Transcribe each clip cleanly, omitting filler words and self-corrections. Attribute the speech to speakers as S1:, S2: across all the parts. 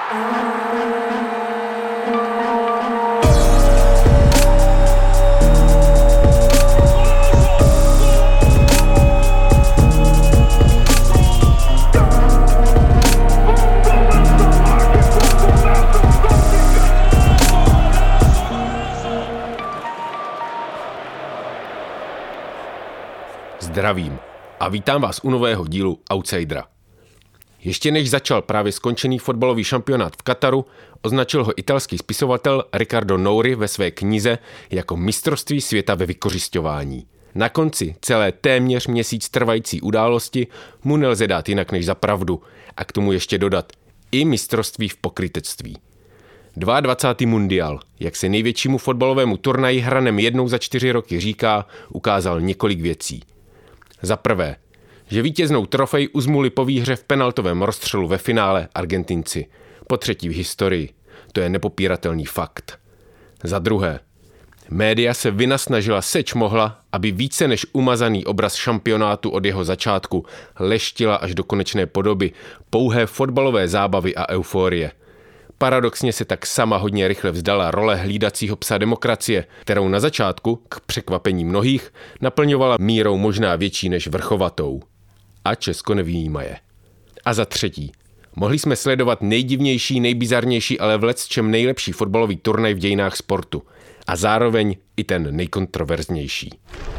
S1: Zdravím a vítám vás u nového dílu Outsidera. Ještě než začal právě skončený fotbalový šampionát v Kataru, označil ho italský spisovatel Riccardo Nouri ve své knize jako mistrovství světa ve vykořisťování. Na konci celé téměř měsíc trvající události mu nelze dát jinak než za pravdu a k tomu ještě dodat i mistrovství v pokrytectví. 22. mundial, jak se největšímu fotbalovému turnaji hranem jednou za 4 roky říká, ukázal několik věcí. Za prvé, že vítěznou trofej uzmuli po výhře v penaltovém rozstřelu ve finále Argentinci. Po třetí v historii. To je nepopíratelný fakt. Za druhé, média se vynasnažila seč mohla, aby více než umazaný obraz šampionátu od jeho začátku leštila až do konečné podoby pouhé fotbalové zábavy a euforie. Paradoxně se tak sama hodně rychle vzdala role hlídacího psa demokracie, kterou na začátku, k překvapení mnohých, naplňovala mírou možná větší než vrchovatou. A Česko nevyjímaje. A za třetí, mohli jsme sledovat nejdivnější, nejbizarnější, ale vlecčem nejlepší fotbalový turnaj v dějinách sportu. A zároveň i ten nejkontroverznější.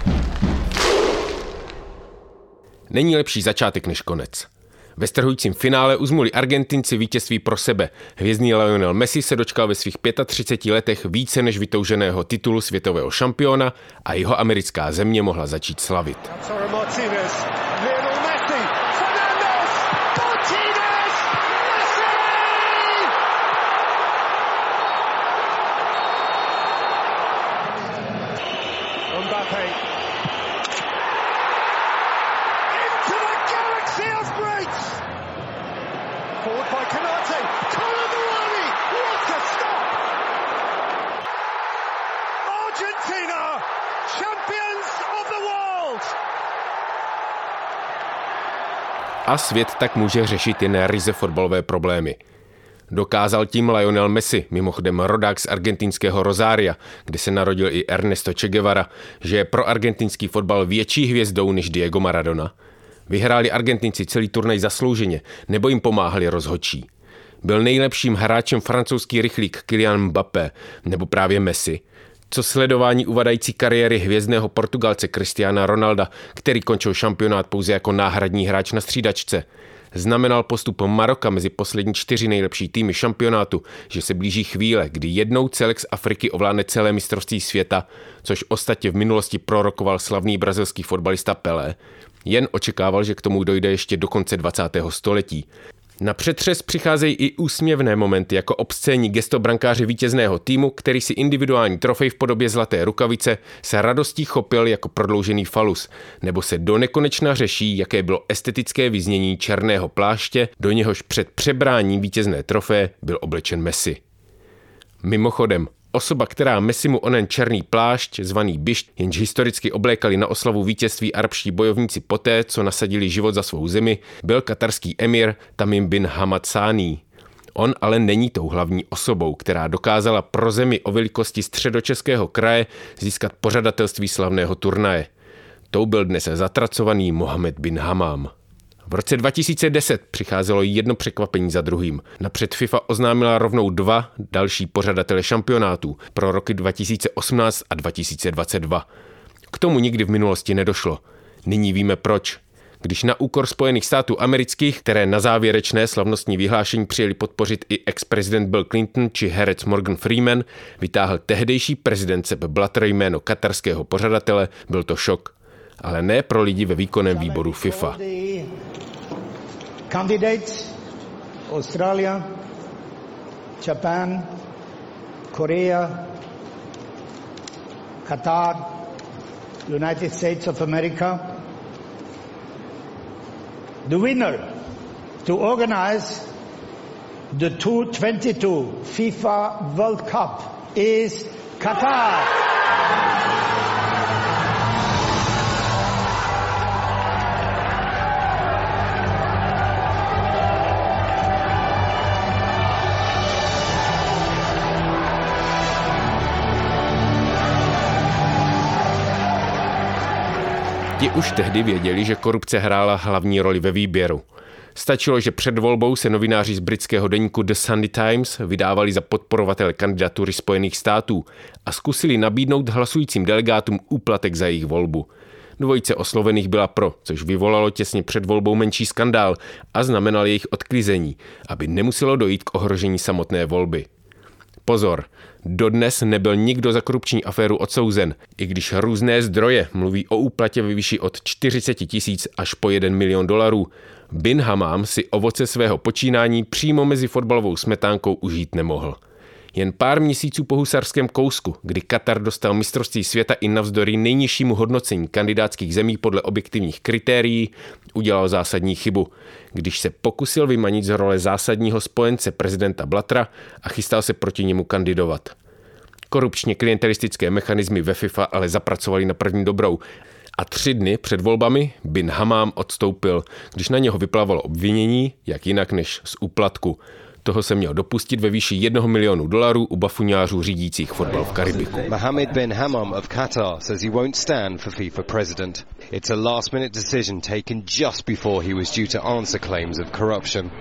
S1: Není lepší začátek než konec. Ve strhujícím finále uzmuli Argentinci vítězství pro sebe. Hvězdný Lionel Messi se dočkal ve svých 35 letech více než vytouženého titulu světového šampiona a jeho americká země mohla začít slavit. A svět tak může řešit jen ryze fotbalové problémy. Dokázal tím Lionel Messi, mimochodem rodák z argentinského Rosaria, kde se narodil i Ernesto Che Guevara, že je pro argentinský fotbal větší hvězdou než Diego Maradona. Vyhráli Argentinci celý turnaj zaslouženě, nebo jim pomáhali rozhodčí. Byl nejlepším hráčem francouzský rychlík Kylian Mbappé, nebo právě Messi. Co sledování uvadající kariéry hvězdného Portugalce Cristiana Ronalda, který končil šampionát pouze jako náhradní hráč na střídačce. Znamenal postup Maroka mezi poslední 4 nejlepší týmy šampionátu, že se blíží chvíle, kdy jednou celek z Afriky ovládne celé mistrovství světa, což ostatně v minulosti prorokoval slavný brazilský fotbalista Pelé. Jen očekával, že k tomu dojde ještě do konce 20. století. Na přetřes přicházejí i úsměvné momenty jako obscénní gesto brankáře vítězného týmu, který si individuální trofej v podobě zlaté rukavice se radostí chopil jako prodloužený falus, nebo se do nekonečna řeší, jaké bylo estetické vyznění černého pláště, do něhož před přebráním vítězné trofeje byl oblečen Messi. Mimochodem, osoba, která Messimu onen černý plášť, zvaný bišt, jenž historicky oblékali na oslavu vítězství arabští bojovníci poté, co nasadili život za svou zemi, byl katarský emir Tamim bin Hamad Thani. On ale není tou hlavní osobou, která dokázala pro zemi o velikosti středočeského kraje získat pořadatelství slavného turnaje. Tou byl dnes zatracovaný Mohammed bin Hammam. V roce 2010 přicházelo jedno překvapení za druhým. Napřed FIFA oznámila rovnou 2 další pořadatele šampionátů pro roky 2018 a 2022. K tomu nikdy v minulosti nedošlo. Nyní víme proč. Když na úkor Spojených států amerických, které na závěrečné slavnostní vyhlášení přijeli podpořit i ex-prezident Bill Clinton či herec Morgan Freeman, vytáhl tehdejší prezident Sepp Blatter jméno katarského pořadatele, byl to šok. Ale ne pro lidi ve výkonném výboru FIFA.
S2: Candidates: Australia, Japan, Korea, Qatar, United States of America. The winner to organize the 2022 FIFA World Cup is Qatar.
S1: Ti už tehdy věděli, že korupce hrála hlavní roli ve výběru. Stačilo, že před volbou se novináři z britského deníku The Sunday Times vydávali za podporovatele kandidatury Spojených států a zkusili nabídnout hlasujícím delegátům úplatek za jejich volbu. Dvojice oslovených byla pro, což vyvolalo těsně před volbou menší skandál a znamenalo jejich odklizení, aby nemuselo dojít k ohrožení samotné volby. Pozor, dodnes nebyl nikdo za korupční aféru odsouzen, i když různé zdroje mluví o úplatě ve výši od 40 000 až po $1 milion. Bin Hammam si ovoce svého počínání přímo mezi fotbalovou smetánkou užít nemohl. Jen pár měsíců po husarském kousku, kdy Katar dostal mistrovství světa i navzdory nejnižšímu hodnocení kandidátských zemí podle objektivních kritérií, udělal zásadní chybu, když se pokusil vymanit z role zásadního spojence prezidenta Blattera a chystal se proti němu kandidovat. Korupčně klientelistické mechanismy ve FIFA ale zapracovali na první dobrou a 3 dny před volbami Bin Hammam odstoupil, když na něho vyplávalo obvinění, jak jinak než z úplatku. Toho se měl dopustit ve výši $1 milion u bafuňářů řídících fotbal v Karibiku.
S3: Mohammed bin Hammam of Qatar says he won't stand for FIFA president. It's a last-minute decision taken just before he was due to answer claims of corruption.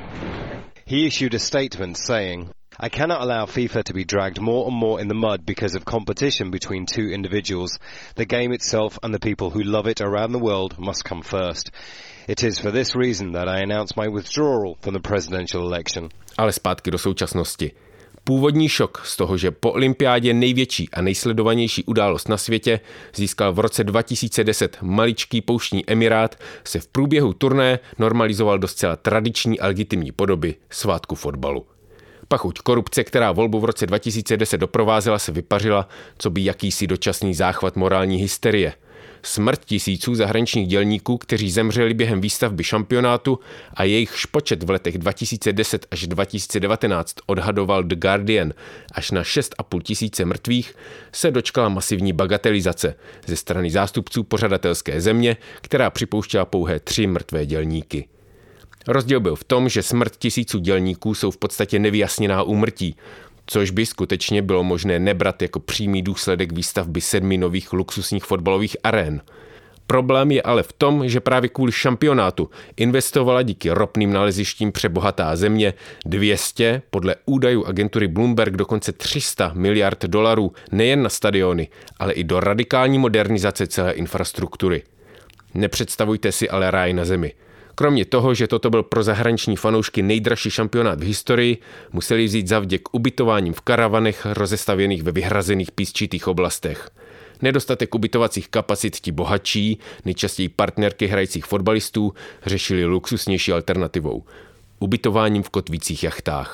S3: He issued a statement saying, I cannot allow FIFA to be dragged more and more in the mud because of competition between 2 individuals. The game itself and the people who love it around the world must come first. It is for this reason that I announce my withdrawal from the presidential election.
S1: Ale zpátky do současnosti. Původní šok z toho, že po olympiádě největší a nejsledovanější událost na světě získal v roce 2010 maličký pouštní emirát, se v průběhu turné normalizoval do zcela tradiční a legitimní podoby svátku fotbalu. Pachuť korupce, která volbu v roce 2010 doprovázela, se vypařila, co by jakýsi dočasný záchvat morální hysterie. Smrt tisíců zahraničních dělníků, kteří zemřeli během výstavby šampionátu a jejich počet v letech 2010 až 2019 odhadoval The Guardian až na 6,5 tisíce mrtvých, se dočkala masivní bagatelizace ze strany zástupců pořadatelské země, která připouštěla pouhé 3 mrtvé dělníky. Rozdíl byl v tom, že smrt tisíců dělníků jsou v podstatě nevyjasněná úmrtí, což by skutečně bylo možné nebrat jako přímý důsledek výstavby 7 nových luxusních fotbalových arén. Problém je ale v tom, že právě kvůli šampionátu investovala díky ropným nalezištím přebohatá země 200, podle údajů agentury Bloomberg dokonce $300 miliard nejen na stadiony, ale i do radikální modernizace celé infrastruktury. Nepředstavujte si ale ráj na zemi. Kromě toho, že toto byl pro zahraniční fanoušky nejdražší šampionát v historii, museli vzít zavděk ubytováním v karavanech rozestavěných ve vyhrazených písčitých oblastech. Nedostatek ubytovacích kapacit ti bohatší, nejčastěji partnerky hrajících fotbalistů, řešili luxusnější alternativou – ubytováním v kotvících jachtách.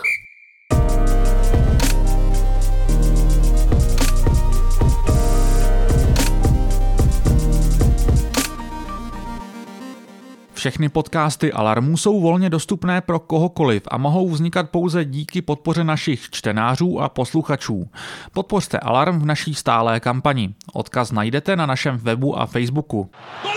S4: Všechny podcasty Alarmu jsou volně dostupné pro kohokoliv a mohou vznikat pouze díky podpoře našich čtenářů a posluchačů. Podpořte Alarm v naší stálé kampani. Odkaz najdete na našem webu a Facebooku.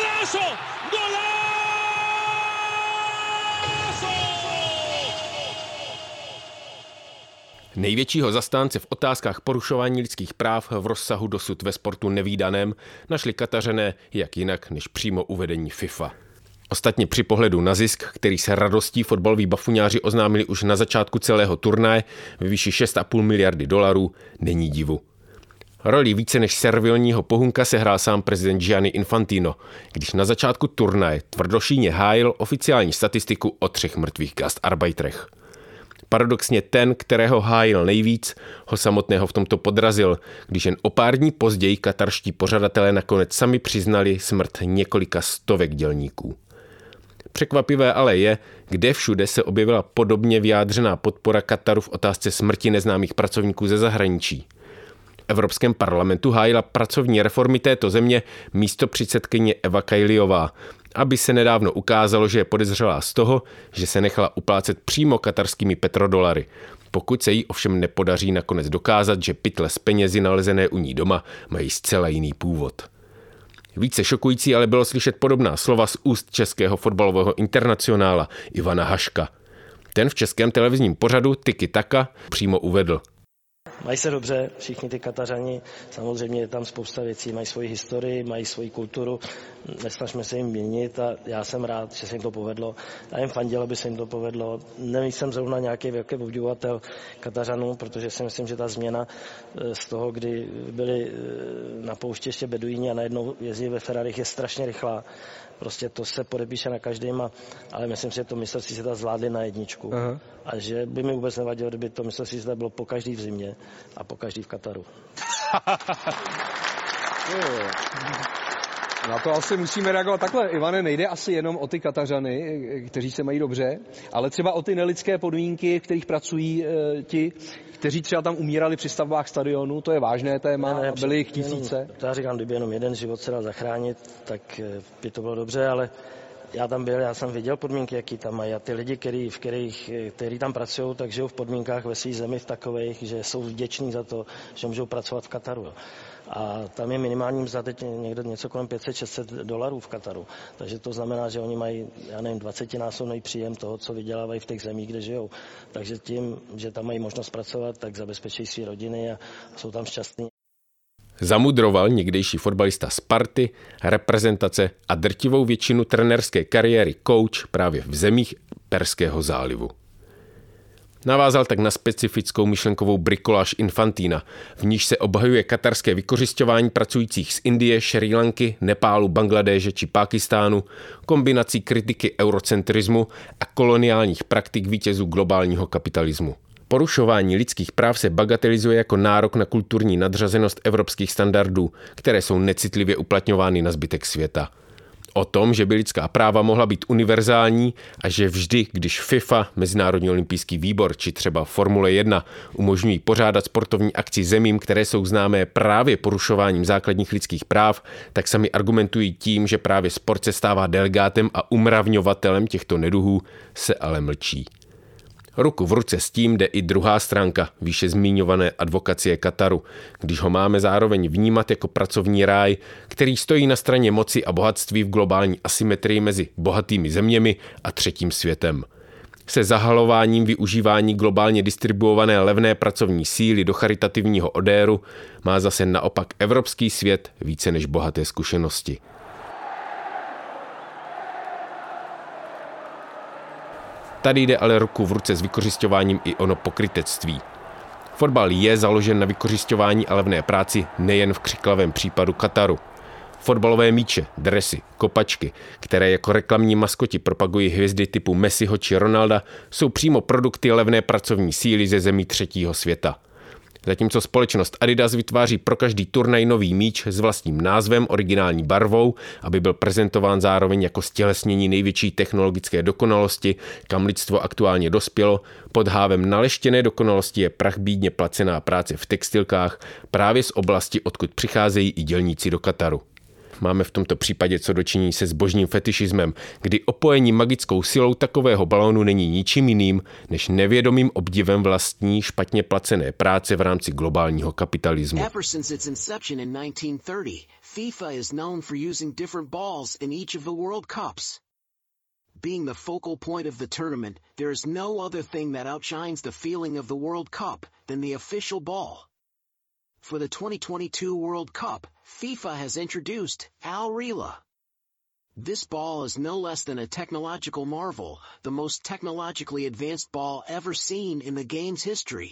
S1: Největšího zastánce v otázkách porušování lidských práv v rozsahu dosud ve sportu nevídaném našli Katařané jak jinak než přímo uvedení FIFA. Ostatně při pohledu na zisk, který se radostí fotbaloví bafuňáři oznámili už na začátku celého turnaje ve výši $6,5 miliardy, není divu. Roli více než servilního pohunka se hrál sám prezident Gianni Infantino, když na začátku turnaje tvrdošíjně hájil oficiální statistiku o 3 mrtvých gastarbeiterech. Paradoxně ten, kterého hájil nejvíc, ho samotného v tomto podrazil, když jen o pár dní později katarští pořadatelé nakonec sami přiznali smrt několika stovek dělníků. Překvapivé ale je, kde všude se objevila podobně vyjádřená podpora Kataru v otázce smrti neznámých pracovníků ze zahraničí. V Evropském parlamentu hájila pracovní reformy této země místopředsedkyně Eva Kailiová, aby se nedávno ukázalo, že je podezřelá z toho, že se nechala uplácet přímo katarskými petrodolary, pokud se jí ovšem nepodaří nakonec dokázat, že pytle s penězi nalezené u ní doma mají zcela jiný původ. Více šokující ale bylo slyšet podobná slova z úst českého fotbalového internacionála Ivana Haška. Ten v českém televizním pořadu Tiki Taka přímo uvedl:
S5: Mají se dobře, všichni ty Katařani, samozřejmě je tam spousta věcí, mají svoji historii, mají svoji kulturu, nesnažme se jim měnit a já jsem rád, že se jim to povedlo. Já jim fandil, aby se jim to povedlo. Nejsem zrovna nějaký velký obdivovatel Katařanů, protože si myslím, že ta změna z toho, kdy byli na poušti ještě beduíni a najednou jezdí ve Ferrarích, je strašně rychlá. Prostě to se podepíše na každém, ale myslím si, že to mistrovství světa zvládli na jedničku. Aha. A že by mi vůbec nevadilo, kdyby to mistrovství světa bylo po každý v zimě a po každý v Kataru.
S6: Na to asi musíme reagovat takhle. Ivane, nejde asi jenom o ty Katařany, kteří se mají dobře, ale třeba o ty nelidské podmínky, v kterých pracují ti, kteří třeba tam umírali při stavbách stadionu. To je vážné téma, byly jich tisíce.
S5: Já říkám, kdyby jenom jeden život se dal zachránit, tak by to bylo dobře, ale já tam byl, já jsem viděl podmínky, jaký tam mají a ty lidi, kteří tam pracují, tak žijou v podmínkách ve své zemi v takových, že jsou vděční za to, že můžou pracovat v Kataru. A tam je minimální mzda teď někde něco kolem $500-600 v Kataru. Takže to znamená, že oni mají, 20násobný příjem toho, co vydělávají v těch zemích, kde žijou. Takže tím, že tam mají možnost pracovat, tak zabezpečí své rodiny a jsou tam šťastní.
S1: Zamudroval někdejší fotbalista Sparty, reprezentace a drtivou většinu trenérské kariéry coach právě v zemích Perského zálivu. Navázal tak na specifickou myšlenkovou brikoláž Infantina, v níž se obhajuje katarské vykořisťování pracujících z Indie, Šrí Lanky, Nepálu, Bangladéše či Pákistánu, kombinací kritiky eurocentrismu a koloniálních praktik vítězů globálního kapitalismu. Porušování lidských práv se bagatelizuje jako nárok na kulturní nadřazenost evropských standardů, které jsou necitlivě uplatňovány na zbytek světa. O tom, že by lidská práva mohla být univerzální a že vždy, když FIFA, Mezinárodní olympijský výbor či třeba Formule 1 umožňují pořádat sportovní akci zemím, které jsou známé právě porušováním základních lidských práv, tak sami argumentují tím, že právě sport se stává delegátem a umravňovatelem těchto neduhů, se ale mlčí. Ruku v ruce s tím jde i druhá stránka výše zmiňované advokacie Kataru, když ho máme zároveň vnímat jako pracovní ráj, který stojí na straně moci a bohatství v globální asymetrii mezi bohatými zeměmi a třetím světem. Se zahalováním využívání globálně distribuované levné pracovní síly do charitativního odéru má zase naopak evropský svět více než bohaté zkušenosti. Tady jde ale ruku v ruce s vykořisťováním i ono pokrytectví. Fotbal je založen na vykořisťování a levné práci nejen v křiklavém případu Kataru. Fotbalové míče, dresy, kopačky, které jako reklamní maskoti propagují hvězdy typu Messiho či Ronalda, jsou přímo produkty levné pracovní síly ze zemí třetího světa. Zatímco společnost Adidas vytváří pro každý turnaj nový míč s vlastním názvem, originální barvou, aby byl prezentován zároveň jako stělesnění největší technologické dokonalosti, kam lidstvo aktuálně dospělo, pod hávem naleštěné dokonalosti je prachbídně placená práce v textilkách právě z oblasti, odkud přicházejí i dělníci do Kataru. Máme v tomto případě co dočinění se zbožním fetišismem, kdy opojení magickou silou takového balónu není ničím jiným, než nevědomým obdivem vlastní špatně placené práce v rámci globálního kapitalismu.
S7: Ever since its inception in 1930, FIFA is known for using different balls in each of the World Cups. Being the focal point of the tournament, there is no other thing that outshines the feeling of the World Cup than the official ball. For the 2022 World Cup, FIFA has introduced Al Rila. This ball is no less than a technological marvel, the most technologically advanced ball ever seen in the game's history.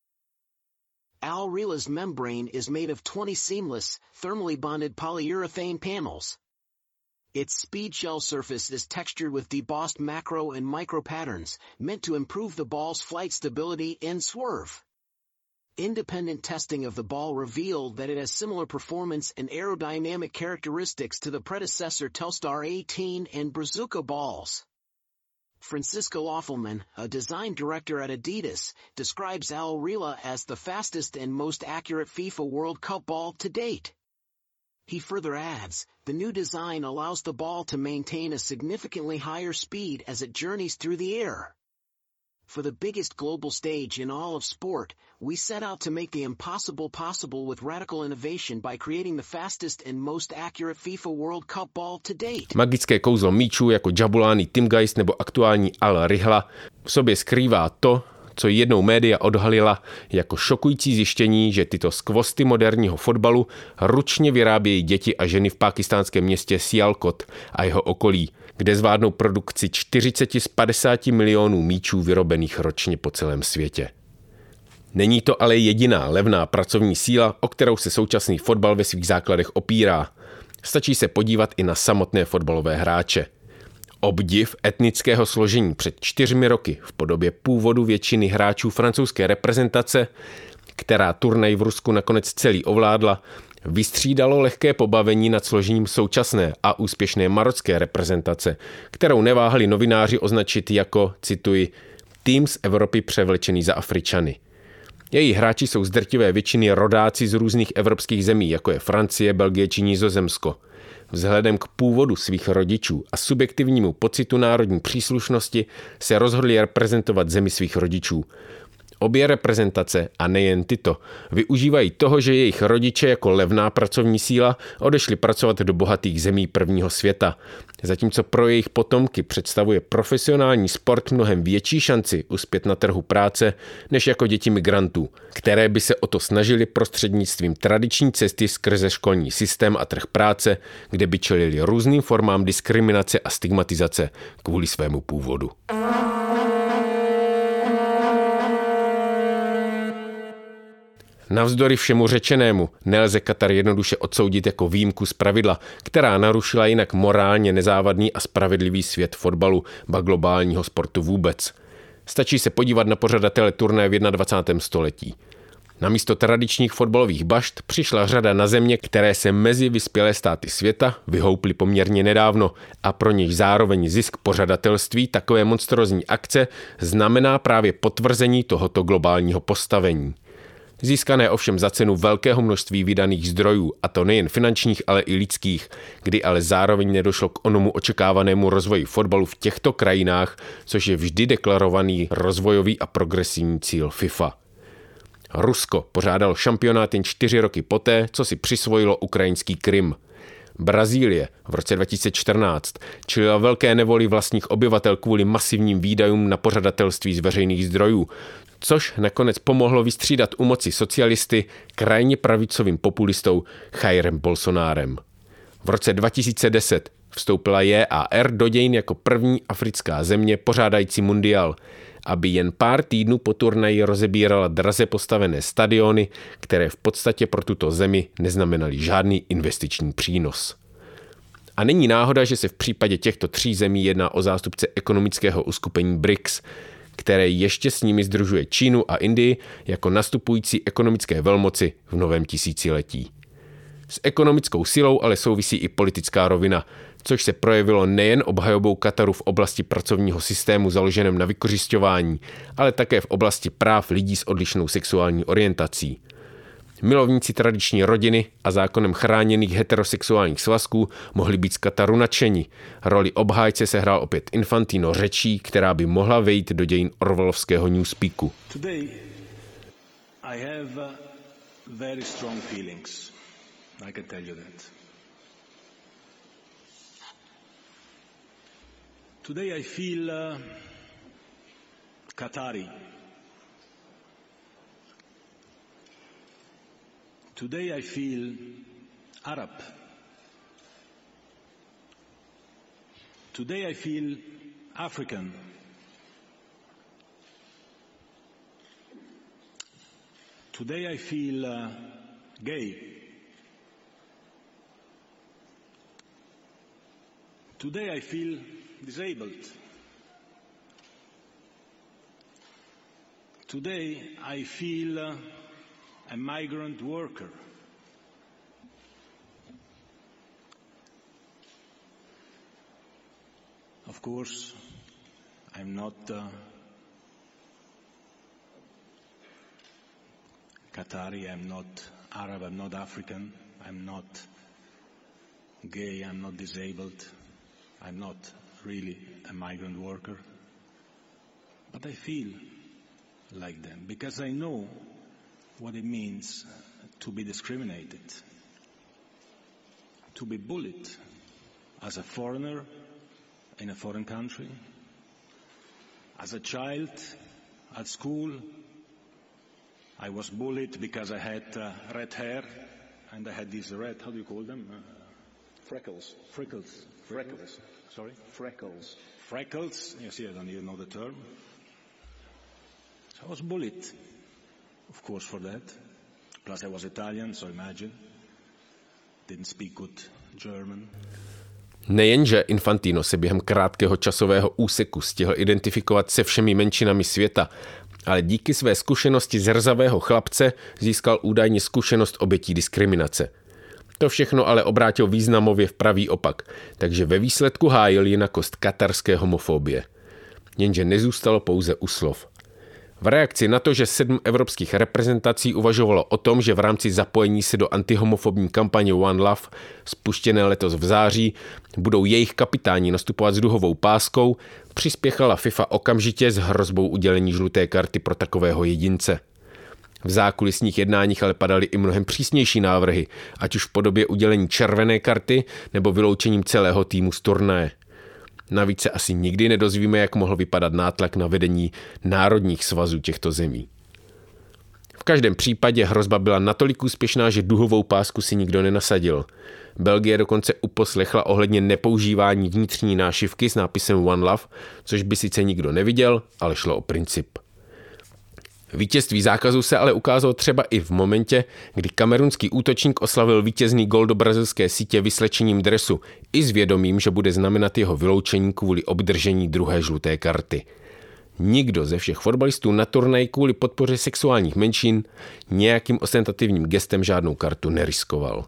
S7: Al Rila's membrane is made of 20 seamless, thermally bonded polyurethane panels. Its speed shell surface is textured with debossed macro and micro patterns, meant to improve the ball's flight stability and swerve. Independent testing of the ball revealed that it has similar performance and aerodynamic characteristics to the predecessor Telstar 18 and Brazuca balls. Francisco Offelman, a design director at Adidas, describes Al Rila as the fastest and most accurate FIFA World Cup ball to date. He further adds, the new design allows the ball to maintain a significantly higher speed as it journeys through the air. For the biggest global stage in all of sport, we set out to make the impossible possible with radical innovation by creating the fastest and most accurate FIFA World Cup ball to date.
S1: Magické kouzlo míčů jako Jabulani Timgeist nebo aktuální Al Rihla v sobě skrývá to, co jednou média odhalila jako šokující zjištění, že tyto skvosty moderního fotbalu ručně vyrábějí děti a ženy v pákistánském městě Sialkot a jeho okolí, kde zvládnou produkci 40 z 50 milionů míčů vyrobených ročně po celém světě. Není to ale jediná levná pracovní síla, o kterou se současný fotbal ve svých základech opírá. Stačí se podívat i na samotné fotbalové hráče. Obdiv etnického složení před 4 roky v podobě původu většiny hráčů francouzské reprezentace, která turnaj v Rusku nakonec celý ovládla, vystřídalo lehké pobavení nad složením současné a úspěšné marocké reprezentace, kterou neváhali novináři označit jako, cituji, tým z Evropy převlečený za Afričany. Její hráči jsou z drtivé většiny rodáci z různých evropských zemí, jako je Francie, Belgie či Nizozemsko. Vzhledem k původu svých rodičů a subjektivnímu pocitu národní příslušnosti se rozhodli reprezentovat zemi svých rodičů. Obě reprezentace, a nejen tyto, využívají toho, že jejich rodiče jako levná pracovní síla odešli pracovat do bohatých zemí prvního světa, zatímco pro jejich potomky představuje profesionální sport mnohem větší šanci uspět na trhu práce, než jako děti migrantů, které by se o to snažili prostřednictvím tradiční cesty skrze školní systém a trh práce, kde by čelili různým formám diskriminace a stigmatizace kvůli svému původu. Navzdory všemu řečenému nelze Katar jednoduše odsoudit jako výjimku z pravidla, která narušila jinak morálně nezávadný a spravedlivý svět fotbalu, ba globálního sportu vůbec. Stačí se podívat na pořadatele turnaje v 21. století. Namísto tradičních fotbalových bašt přišla řada na země, které se mezi vyspělé státy světa vyhouply poměrně nedávno a pro něž zároveň zisk pořadatelství takové monstrózní akce znamená právě potvrzení tohoto globálního postavení. Získané ovšem za cenu velkého množství vydaných zdrojů, a to nejen finančních, ale i lidských, kdy ale zároveň nedošlo k onomu očekávanému rozvoji fotbalu v těchto krajinách, což je vždy deklarovaný rozvojový a progresivní cíl FIFA. Rusko pořádalo šampionát jen 4 roky poté, co si přisvojilo ukrajinský Krym. Brazílie v roce 2014 čelila velké nevoli vlastních obyvatel kvůli masivním výdajům na pořadatelství z veřejných zdrojů, což nakonec pomohlo vystřídat u moci socialisty krajně pravicovým populistou Jairem Bolsonárem. V roce 2010 vstoupila JAR do dějin jako první africká země pořádající mundial, aby jen pár týdnů po turnaji rozebírala draze postavené stadiony, které v podstatě pro tuto zemi neznamenaly žádný investiční přínos. A není náhoda, že se v případě těchto 3 zemí jedná o zástupce ekonomického uskupení BRICS, které ještě s nimi sdružuje Čínu a Indii jako nastupující ekonomické velmoci v novém tisíciletí. S ekonomickou silou ale souvisí i politická rovina, což se projevilo nejen obhajobou Kataru v oblasti pracovního systému založeném na vykořisťování, ale také v oblasti práv lidí s odlišnou sexuální orientací. Milovníci tradiční rodiny a zákonem chráněných heterosexuálních svazků mohli být z Kataru nadšeni. Roli obhájce sehrál opět Infantino řečí, která by mohla vejít do dějin orwellovského newspeaku.
S8: Today I have very strong feelings. I can tell you that. Today I feel Qatari. Today I feel Arab. Today I feel African. Today I feel gay. Today I feel disabled. Today I feel a migrant worker. Of course, I'm not Qatari, I'm not Arab, I'm not African, I'm not gay, I'm not disabled, I'm not really a migrant worker. But I feel like them because I know what it means to be discriminated, to be bullied as a foreigner in a foreign country, as a child at school. I was bullied because I had red hair and I had these red, how do you call them?
S6: Freckles.
S8: Sorry?
S6: Freckles.
S8: Freckles. You see, I don't even know the term. So I was bullied, of course, for that. Plus I was Italian, so imagine. Didn't speak good German.
S1: Nejenže Infantino se během krátkého časového úseku stihl identifikovat se všemi menšinami světa, ale díky své zkušenosti zrzavého chlapce získal údajně zkušenost obětí diskriminace. To všechno ale obrátil významově v pravý opak, takže ve výsledku hájil jinakost katarské homofobie. Jenže nezůstalo pouze u slov. V reakci na to, že 7 evropských reprezentací uvažovalo o tom, že v rámci zapojení se do antihomofobní kampaně One Love, spuštěné letos v září, budou jejich kapitáni nastupovat s duhovou páskou, přispěchala FIFA okamžitě s hrozbou udělení žluté karty pro takového jedince. V zákulisních jednáních ale padaly i mnohem přísnější návrhy, ať už v podobě udělení červené karty nebo vyloučením celého týmu z turnaje. Navíc se asi nikdy nedozvíme, jak mohl vypadat nátlak na vedení národních svazů těchto zemí. V každém případě hrozba byla natolik úspěšná, že duhovou pásku si nikdo nenasadil. Belgie dokonce uposlechla ohledně nepoužívání vnitřní nášivky s nápisem One Love, což by sice nikdo neviděl, ale šlo o princip. Vítězství zákazu se ale ukázalo třeba i v momentě, kdy kamerunský útočník oslavil vítězný gól do brazilské sítě vyslečením dresu i s vědomím, že bude znamenat jeho vyloučení kvůli obdržení druhé žluté karty. Nikdo ze všech fotbalistů na turnaji kvůli podpoře sexuálních menšin nějakým ostentativním gestem žádnou kartu neriskoval.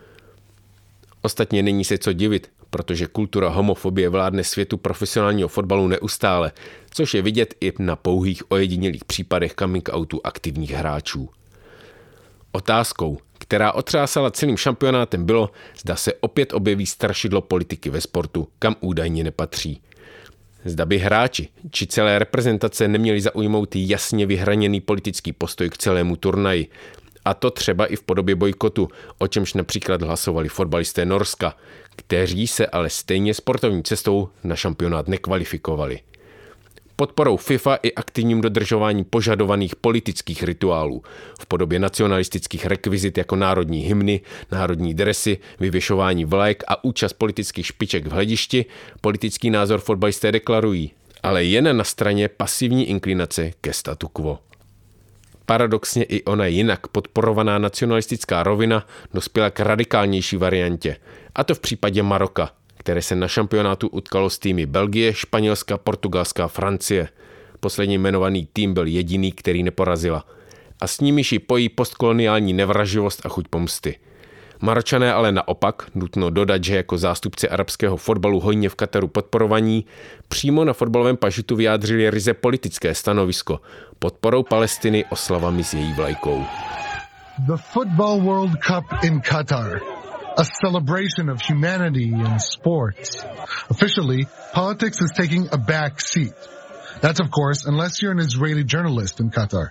S1: Ostatně není se co divit, protože kultura homofobie vládne světu profesionálního fotbalu neustále, což je vidět i na pouhých ojedinělých případech coming outu aktivních hráčů. Otázkou, která otřásala celým šampionátem, bylo, zda se opět objeví strašidlo politiky ve sportu, kam údajně nepatří. Zda by hráči či celé reprezentace neměli zaujmout jasně vyhraněný politický postoj k celému turnaji, a to třeba i v podobě bojkotu, o čemž například hlasovali fotbalisté Norska, kteří se ale stejně sportovní cestou na šampionát nekvalifikovali. Podporou FIFA i aktivním dodržováním požadovaných politických rituálů v podobě nacionalistických rekvizit jako národní hymny, národní dresy, vyvěšování vlajek a účast politických špiček v hledišti politický názor fotbalisté deklarují, ale jen na straně pasivní inklinace ke statu quo. Paradoxně i ona jinak podporovaná nacionalistická rovina dospěla k radikálnější variantě, a to v případě Maroka, které se na šampionátu utkalo s týmy Belgie, Španělska, Portugalska a Francie. Posledně jmenovaný tým byl jediný, který neporazila. A s nimiž ji pojí postkoloniální nevraživost a chuť pomsty. Maročané ale naopak, nutno dodat, že jako zástupci arabského fotbalu hojně v Kataru podporovaní, přímo na fotbalovém pažitu vyjádřili ryze politické stanovisko, podporou Palestiny oslavami s její vlajkou.
S9: The Football World Cup in Qatar. A celebration of humanity and sports. Officially, politics is taking a back seat. That's of course, unless you're an Israeli journalist in Qatar.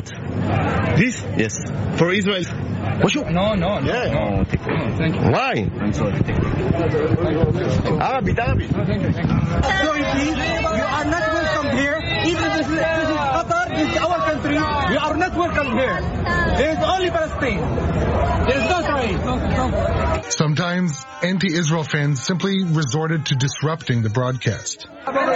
S10: This? Yes. For Israel.
S9: No.
S10: Yeah.
S9: No, thank you.
S10: Why?
S9: I'm sorry.
S10: Arabic.
S11: You are not welcome here. Even this is Qatar, this is our country. You are not welcome here. There is only Palestine. There is no Israel.
S9: Sometimes anti-Israel fans simply resorted to disrupting the broadcast.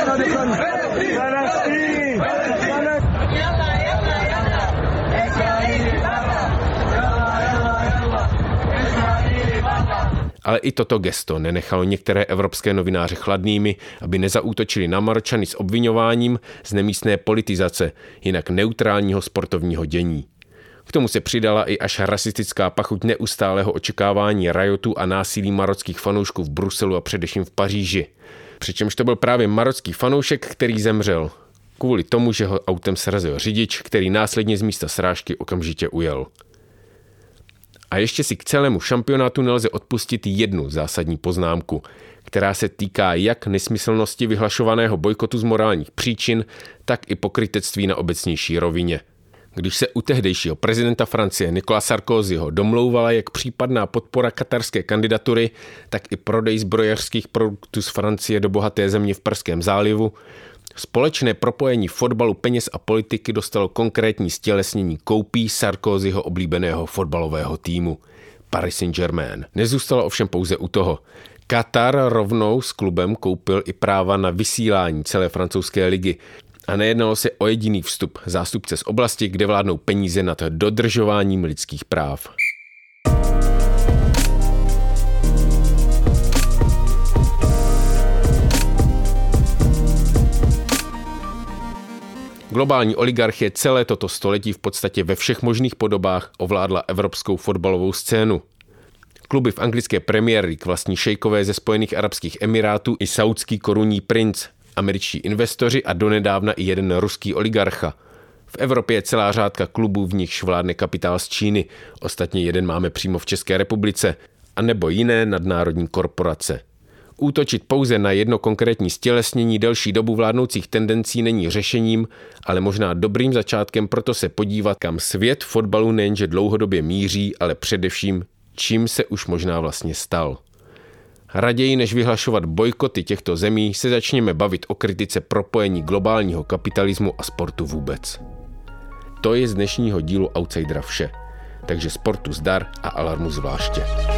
S1: Ale i toto gesto nenechalo některé evropské novináře chladnými, aby nezaútočili na Maročany s obviňováním z nemístné politizace, jinak neutrálního sportovního dění. K tomu se přidala i až rasistická pachuť neustálého očekávání rajotů a násilí marockých fanoušků v Bruselu a především v Paříži. Přičemž to byl právě marocký fanoušek, který zemřel. Kvůli tomu, že ho autem srazil řidič, který následně z místa srážky okamžitě ujel. A ještě si k celému šampionátu nelze odpustit jednu zásadní poznámku, která se týká jak nesmyslnosti vyhlašovaného bojkotu z morálních příčin, tak i pokrytectví na obecnější rovině. Když se u tehdejšího prezidenta Francie Nicola Sarkozyho domlouvala jak případná podpora katarské kandidatury, tak i prodej zbrojařských produktů z Francie do bohaté země v Perském zálivu, Společné propojení fotbalu, peněz a politiky dostalo konkrétní stělesnění koupí Sarkozyho oblíbeného fotbalového týmu Paris Saint-Germain. Nezůstalo ovšem pouze u toho. Katar rovnou s klubem koupil i práva na vysílání celé francouzské ligy. A nejednalo se o jediný vstup zástupce z oblasti, kde vládnou peníze nad dodržováním lidských práv. Globální oligarchie celé toto století v podstatě ve všech možných podobách ovládla evropskou fotbalovou scénu. Kluby v anglické Premier League vlastní šejkové ze Spojených arabských emirátů i saudský korunní princ, američtí investoři a donedávna i jeden ruský oligarcha. V Evropě je celá řádka klubů, v nichž vládne kapitál z Číny, ostatně jeden máme přímo v České republice, anebo jiné nadnárodní korporace. Útočit pouze na jedno konkrétní stělesnění delší dobu vládnoucích tendencí není řešením, ale možná dobrým začátkem proto se podívat, kam svět fotbalu nejenže dlouhodobě míří, ale především, čím se už možná vlastně stal. Raději než vyhlašovat bojkoty těchto zemí se začněme bavit o kritice propojení globálního kapitalismu a sportu vůbec. To je z dnešního dílu Outsidera vše, takže sportu zdar a Alarmu zvláště.